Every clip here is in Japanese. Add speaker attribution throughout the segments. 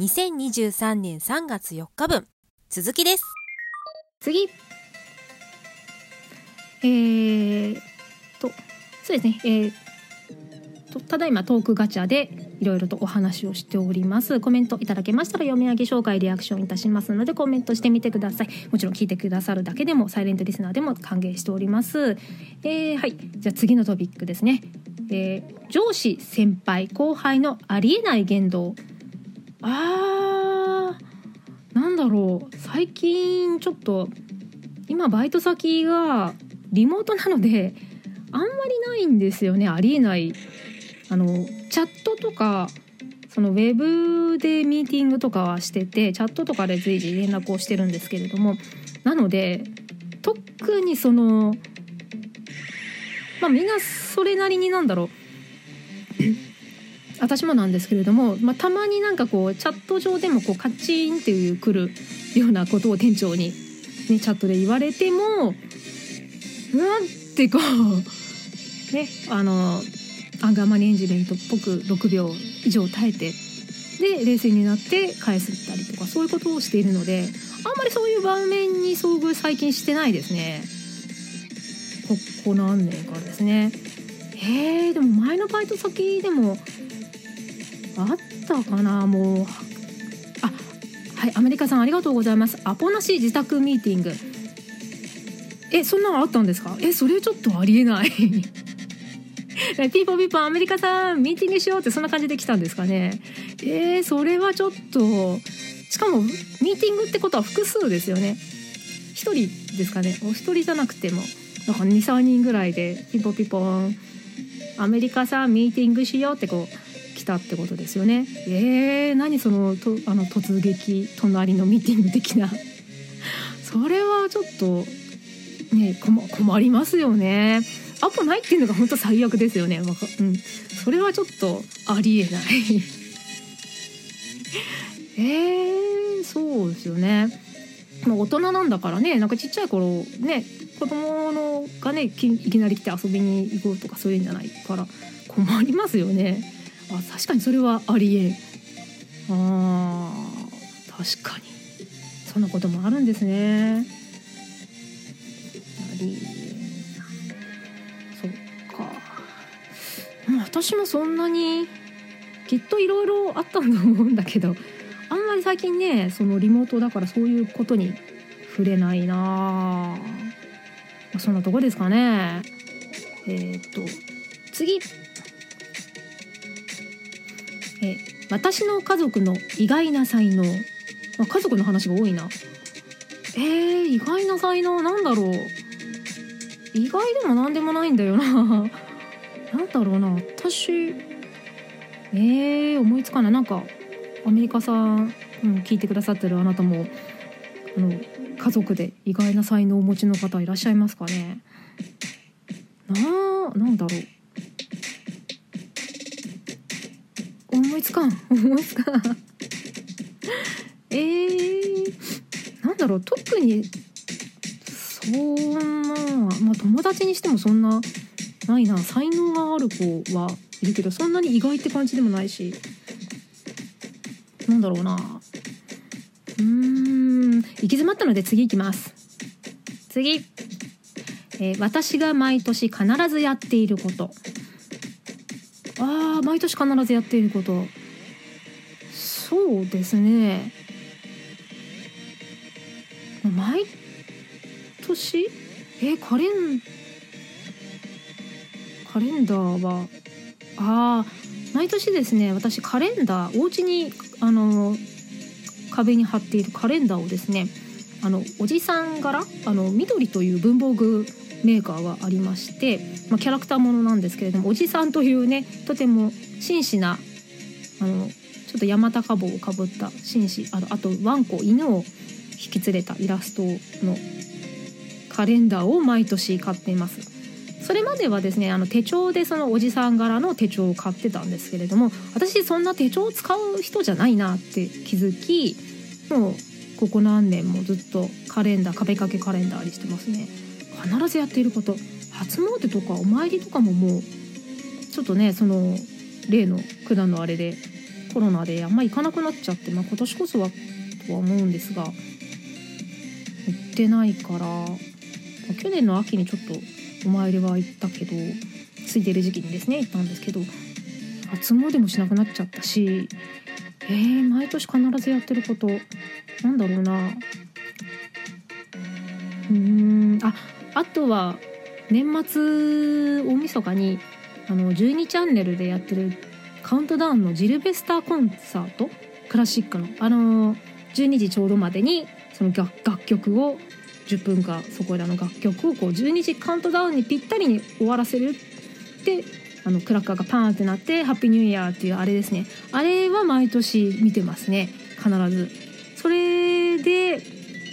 Speaker 1: 2023年3月4日分続きです。
Speaker 2: 次そうですね、ただいまトークガチャでいろいろとお話をしております。コメントいただけましたら読み上げ紹介リアクションいたしますのでコメントしてみてください。もちろん聞いてくださるだけでもサイレントリスナーでも歓迎しております。はい、じゃあ次のトピックですね。上司先輩後輩のありえない言動。なんだろう、最近ちょっと今バイト先がリモートなのであんまりないんですよね。ありえないチャットとかそのウェブでミーティングとかはしてて、チャットとかで随時連絡をしてるんですけれども、なので特にみんなそれなりになんだろう私もなんですけれども、たまになんかチャット上でもカチンっていう来るようなことを店長に、ね、チャットで言われてもってね、アンガーマネジメントっぽく6秒以上耐えてで冷静になって返したりとか、そういうことをしているのであんまりそういう場面に遭遇最近してないですね。ここ何年かですね。でも前のバイト先でもあったかな。もうはい、アメリカさんありがとうございます。アポなし自宅ミーティング、そんなのあったんですか？それちょっとありえないピーポーピーポーアメリカさんミーティングしようってそんな感じで来たんですかね。それはちょっと、しかもミーティングってことは複数ですよね。1人ですかね。お一人じゃなくてもなんか 2,3 人ぐらいでピーポーピーポーアメリカさんミーティングしようって来たってことですよね。何その突撃隣のミーティング的なそれはちょっとね困りますよね。アポないっていうのが本当最悪ですよね。それはちょっとありえないそうですよね。大人なんだからね、なんかちっちゃい頃ね子供がねいきなり来て遊びに行こうとかそういうんじゃないから困りますよね。確かにそれはありえ確かにそんなこともあるんですね。そっか。私もそんなにきっといろいろあったと思うんだけど、あんまり最近ねそのリモートだからそういうことに触れないな。そんなとこですかね。次、私の家族の意外な才能。家族の話が多いな。意外な才能なんだろう。意外でもなんでもないんだよななんだろうな私。思いつかない。なんかアメリカさん、聞いてくださってるあなたも家族で意外な才能をお持ちの方いらっしゃいますかね。なんだろう。思いつかんなんだろう。特にそんな、友達にしてもそんなないな。才能がある子はいるけどそんなに意外って感じでもないし、なんだろうな。行き詰まったので次行きます。次、私が毎年必ずやっていること。毎年必ずやっていること、そうですね。毎年カレンダーは毎年ですね。私カレンダーお家に壁に貼っているカレンダーをですね、おじさん柄緑という文房具メーカーがありまして、キャラクターものなんですけれども、おじさんというねとても紳士なちょっと山高帽をかぶった紳士、あとワンコ犬を引き連れたイラストのカレンダーを毎年買っています。それまではですね手帳でそのおじさん柄の手帳を買ってたんですけれども、私そんな手帳を使う人じゃないなって気づき、もうここ何年もずっとカレンダー、壁掛けカレンダーにしてますね。必ずやっていること、初詣とかお参りとかももうちょっとねその例の九段のあれでコロナであんま行かなくなっちゃって、今年こそはとは思うんですが行ってないから、去年の秋にちょっとお参りは行ったけど、空いてる時期にですね行ったんですけど、初詣もしなくなっちゃったし、毎年必ずやってることなんだろうな。あとは年末大晦日に12チャンネルでやってるカウントダウンのジルベスターコンサート、クラシックの12時ちょうどまでにその楽曲を10分間、そこらの楽曲をこう12時カウントダウンにぴったりに終わらせるってクラッカーがパーンってなってハッピーニューイヤーっていうあれですね、あれは毎年見てますね、必ず。それで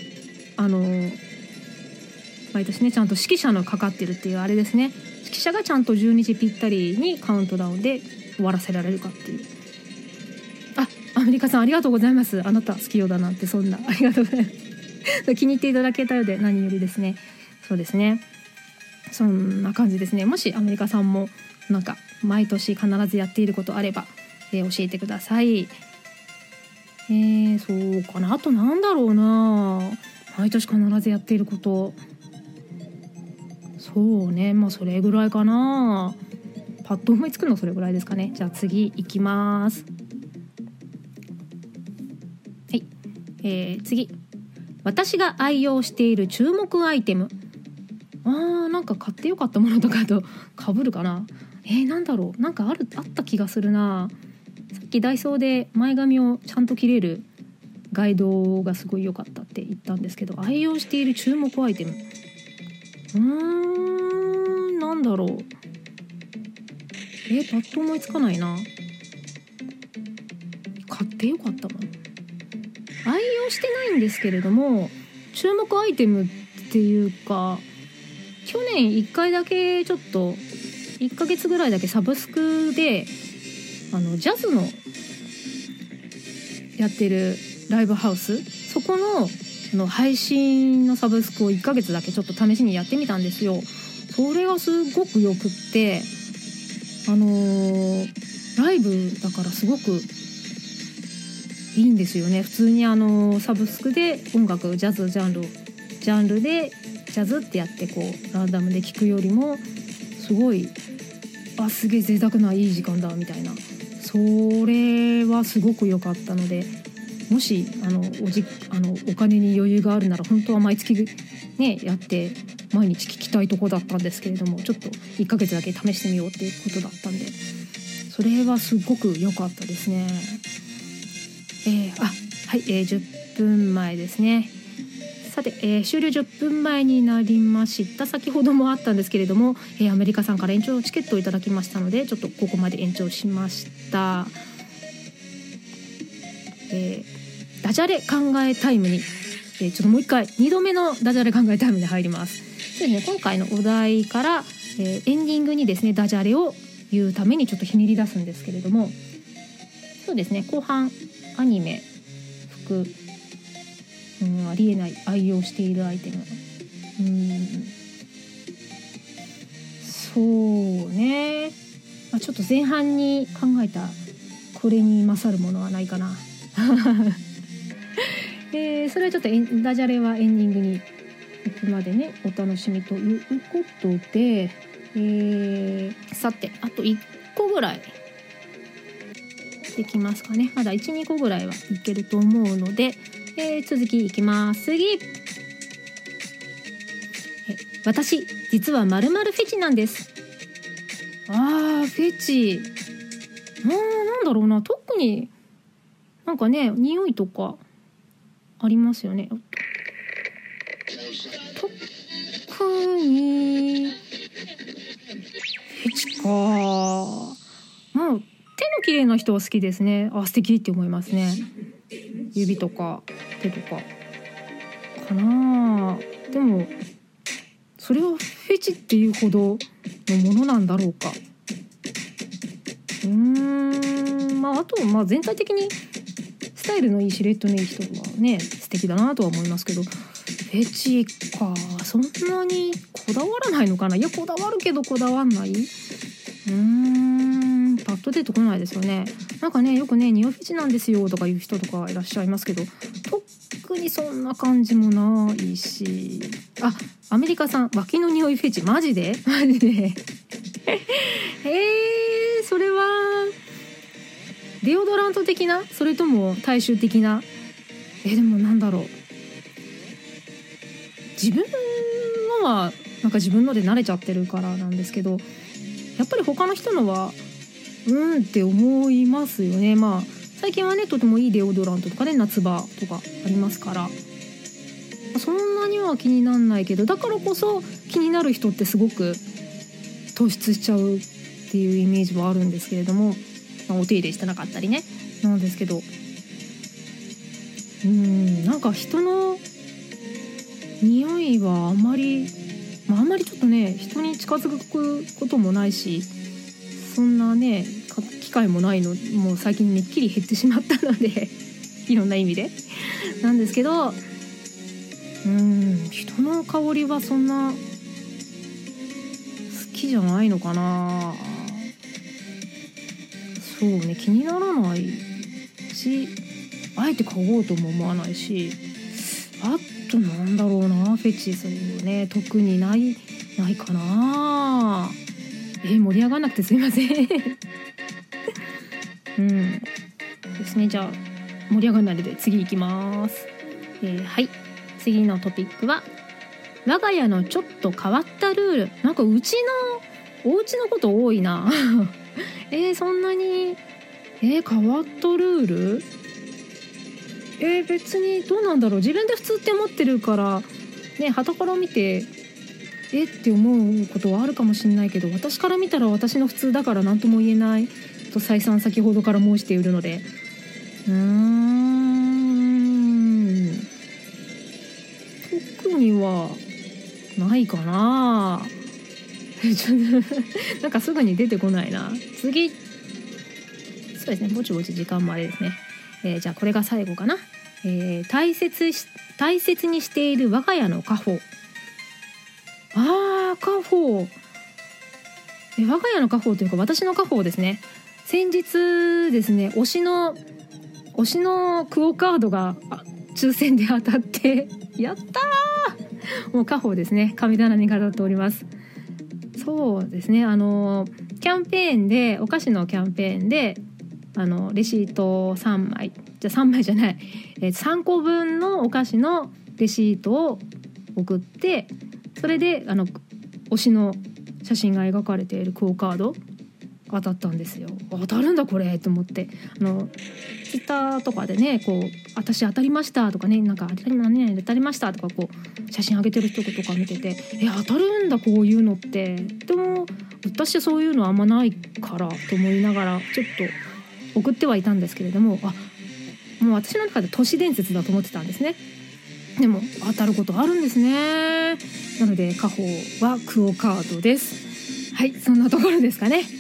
Speaker 2: 毎年ねちゃんと指揮者のかかってるっていうあれですね、指揮者がちゃんと12時ぴったりにカウントダウンで終わらせられるかっていう。アメリカさんありがとうございます。あなた好きようだなんて、そんなありがとうございます気に入っていただけたようで何よりですね。そうですね、そんな感じですね。もしアメリカさんもなんか毎年必ずやっていることあれば、教えてください。そうかな、あとなんだろうな、毎年必ずやっていること、そうね、それぐらいかな。パッと思いつくのそれぐらいですかね。じゃあ次行きます。はい、次、私が愛用している注目アイテム。なんか買ってよかったものとかと被るかな。なんだろう、なんかあった気がするな。さっきダイソーで前髪をちゃんと切れるガイドがすごい良かったって言ったんですけど、愛用している注目アイテム、なんだろう、パッと思いつかないな。買ってよかったもの、愛用してないんですけれども、注目アイテムっていうか、去年1回だけちょっと1ヶ月ぐらいだけサブスクでジャズのやってるライブハウス、そこの配信のサブスクを1ヶ月だけちょっと試しにやってみたんですよ。それがすごくよくって、ライブだからすごくいいんですよね。普通にサブスクで音楽、ジャズジャンルでジャズってやってこうランダムで聴くよりもすごい、すげえ贅沢ないい時間だみたいな、それはすごく良かったので、もしお金に余裕があるなら本当は毎月ねやって毎日聴きたいとこだったんですけれども、ちょっと1ヶ月だけ試してみようっていうことだったんで、それはすごく良かったですね。はい、10分前ですね。さて、終了10分前になりました。先ほどもあったんですけれども、アメリカさんから延長チケットをいただきましたので、ちょっとここまで延長しました。ダジャレ考えタイムに、ちょっともう一回2度目のダジャレ考えタイムに入ります。でね、今回のお題から、エンディングにですねダジャレを言うためにちょっとひねり出すんですけれども、そうですね、後半アニメ、服、ありえない愛用しているアイテム、そうね、ちょっと前半に考えたこれに勝るものはないかなそれはちょっとダジャレはエンディングに行くまでねお楽しみということで、さてあと1個ぐらいできますかね。まだ 1,2 個ぐらいはいけると思うので、続きいきます。次、私実は〇〇フェチなんです。フェチ、なんだろうな、特になんかね匂いとかありますよね。特にフェチか、手の綺麗な人は好きですね。素敵って思いますね。指とか手とかかな。でもそれはフェチっていうほどのものなんだろうか。あと全体的にスタイルのいいシルエットのいい人はね素敵だなとは思いますけど、フェチか、そんなにこだわらないのかな。いやこだわるけどこだわんない、パッと出てこないですよね。 なんかねよくね匂いフェチなんですよとかいう人とかいらっしゃいますけど、特にそんな感じもないし。アメリカさん脇の匂いフェチマジでそれはデオドラント的な、それとも大衆的な。でもなんだろう、自分のはなんか自分ので慣れちゃってるからなんですけど、やっぱり他の人のはって思いますよね。まあ最近はねとてもいいデオドラントとかね夏場とかありますから、そんなには気になんないけど、だからこそ気になる人ってすごく突出しちゃうっていうイメージはあるんですけれども、お手入れしてなかったりねなんですけど、なんか人の匂いはあんまりちょっとね人に近づくこともないし、そんなね機会もないの、もう最近めっきり減ってしまったのでいろんな意味でなんですけど、人の香りはそんな好きじゃないのかな。そうね、気にならないし、あえて買おうとも思わないし、あとなんだろうな、フェチそういうね特にないかな。盛り上がんなくてすいませんですね。じゃあ盛り上がんないので次行きます。はい、次のトピックは我が家のちょっと変わったルール。なんかうちのお家のこと多いなそんなに変わったルール、別にどうなんだろう。自分で普通って思ってるからね、傍から見てって思うことはあるかもしれないけど、私から見たら私の普通だから何とも言えないと再三先ほどから申しているので、特にはないかななんかすぐに出てこないな。次、そうですね、ぼちぼち時間もあれですね。じゃあこれが最後かな。大切にしている我が家の家宝。家宝。我が家の家宝というか私の家宝ですね。先日ですね、推しのクオカードが抽選で当たってやったー。もう家宝ですね。神棚に飾っております。そうですね、キャンペーンで、お菓子のキャンペーンでレシート3枚じゃ3枚じゃない、3個分のお菓子のレシートを送って、それで推しの写真が描かれているクオカード当たったんですよ。当たるんだこれと思って、ツイッターとかでね、こう私当たりましたとかね、なんか当たりましたとかこう写真上げてる人とか見てて、当たるんだこういうのって。でも私はそういうのあんまないからと思いながらちょっと送ってはいたんですけれども、もう私の中で都市伝説だと思ってたんですね。でも当たることあるんですね。なので家宝はクオカードです。はい、そんなところですかね。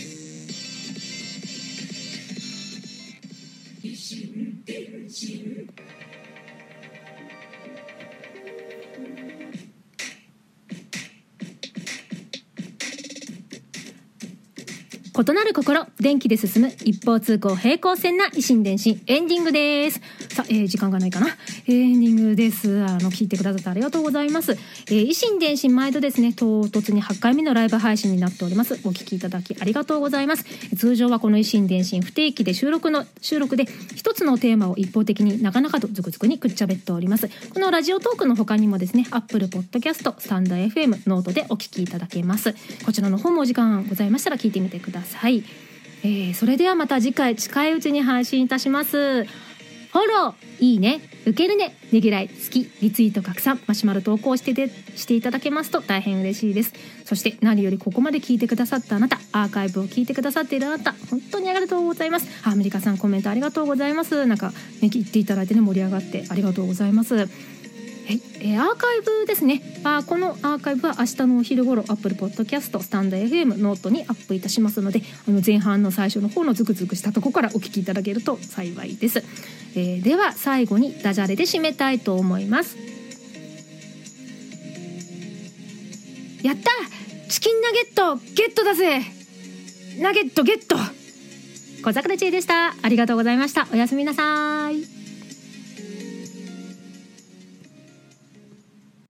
Speaker 2: 異なる心、電気で進む一方通行平行線な維新伝心、エンディングです。さあ、時間がないかな。エンディングです。聞いてくださってありがとうございます。維新伝心毎度ですね、唐突に8回目のライブ配信になっております。お聞きいただきありがとうございます。通常はこの維新伝心不定期で収録で一つのテーマを一方的になかなかとズクズクにくっちゃべっております。このラジオトークの他にもですね、Apple Podcast、スタンド FM、ノートでお聞きいただけます。こちらの方もお時間ございましたら聞いてみてください。それではまた次回近いうちに配信いたします。フォロー、いいね、受けるね、ねぎらい、好き、リツイート、拡散、マシュマロ投稿していただけますと大変嬉しいです。そして何よりここまで聞いてくださったあなた、アーカイブを聞いてくださっているあなた、本当にありがとうございます。アメリカさんコメントありがとうございます。なんかね、言っていただいてね、盛り上がってありがとうございます。アーカイブですね。このアーカイブは明日のお昼頃 Apple Podcast、スタンド FM、ノートにアップいたしますので、前半の最初の方のズクズクしたとこからお聞きいただけると幸いです。では最後にダジャレで締めたいと思います。やった、チキンナゲットゲットだぜ、ナゲットゲット。 小桜知恵でした。ありがとうございました。おやすみなさい。